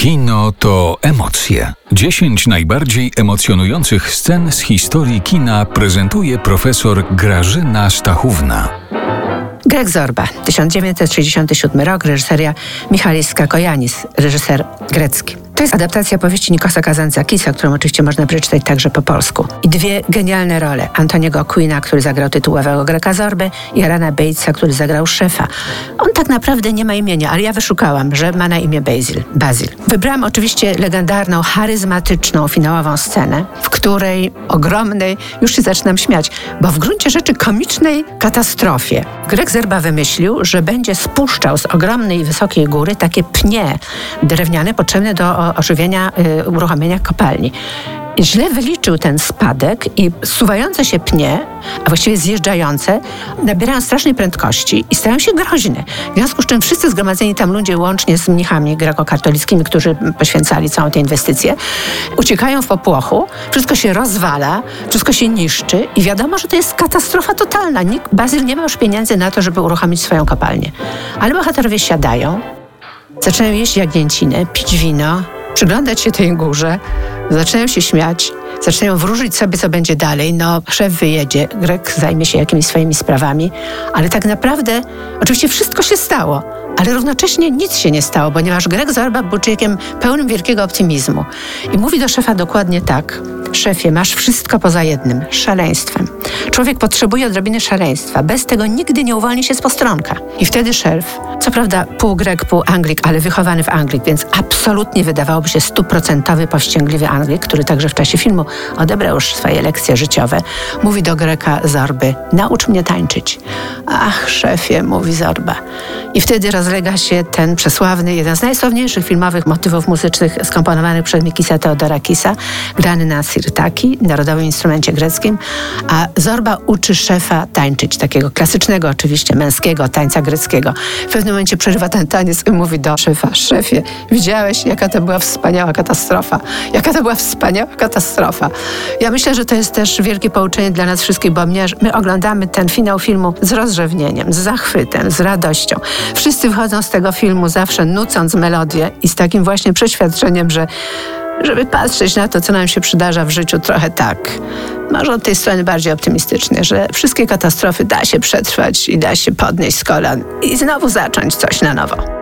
Kino to emocje. 10 najbardziej emocjonujących scen z historii kina prezentuje profesor Grażyna Stachówna. Greg Zorba, 1967 rok, reżyseria Michalis Kakoyanis, reżyser grecki. To jest adaptacja powieści Nikosa Kazantzakisa, którą oczywiście można przeczytać także po polsku. I dwie genialne role. Antoniego Quina, który zagrał tytułowego Grega Zorbę, i Aarona Batesa, który zagrał szefa. On tak naprawdę nie ma imienia, ale ja wyszukałam, że ma na imię Basil. Wybrałam oczywiście legendarną, charyzmatyczną, finałową scenę, w której ogromnej, już się zaczynam śmiać, bo w gruncie rzeczy komicznej katastrofie Greg Zorba wymyślił, że będzie spuszczał z ogromnej, wysokiej góry takie pnie drewniane potrzebne do ożywienia, uruchomienia kopalni. Źle wyliczył ten spadek i zsuwające się pnie, a właściwie zjeżdżające, nabierają strasznej prędkości i stają się groźne. W związku z czym wszyscy zgromadzeni tam ludzie, łącznie z mnichami grekokatolickimi, którzy poświęcali całą tę inwestycję, uciekają w popłochu, wszystko się rozwala, wszystko się niszczy i wiadomo, że to jest katastrofa totalna. Basil nie ma już pieniędzy na to, żeby uruchomić swoją kopalnię. Ale bohaterowie siadają, zaczynają jeść jagnięcinę, pić wino, przyglądać się tej górze, zaczynają się śmiać, zaczynają wróżyć sobie, co będzie dalej. No, szef wyjedzie, Greg zajmie się jakimiś swoimi sprawami, ale tak naprawdę oczywiście wszystko się stało, ale równocześnie nic się nie stało, ponieważ Greg Zorba był człowiekiem pełnym wielkiego optymizmu. I mówi do szefa dokładnie tak: szefie, masz wszystko poza jednym, szaleństwem. Człowiek potrzebuje odrobiny szaleństwa. Bez tego nigdy nie uwolni się z postronka. I wtedy szef, co prawda pół Grek, pół Anglik, ale wychowany w Anglii, więc absolutnie wydawałoby się 100% powściągliwy Anglik, który także w czasie filmu odebrał już swoje lekcje życiowe, mówi do Grega Zorby: naucz mnie tańczyć. Ach, szefie, mówi Zorba. I wtedy rozlega się ten przesławny, jeden z najsławniejszych filmowych motywów muzycznych skomponowanych przez Mikisa Theodorakisa, grany na sirtaki, narodowym instrumencie greckim, a Zorba uczy szefa tańczyć, takiego klasycznego oczywiście, męskiego tańca greckiego. W pewnym momencie przerywa ten taniec i mówi do szefa: szefie, widziałeś, jaka to była wspaniała katastrofa. Jaka to była wspaniała katastrofa. Ja myślę, że to jest też wielkie pouczenie dla nas wszystkich, bo my oglądamy ten finał filmu z rozrzewnieniem, z zachwytem, z radością. Wszyscy wychodzą z tego filmu zawsze nucąc melodię i z takim właśnie przeświadczeniem, żeby patrzeć na to, co nam się przydarza w życiu trochę tak, może od tej strony bardziej optymistycznie, że wszystkie katastrofy da się przetrwać i da się podnieść z kolan i znowu zacząć coś na nowo.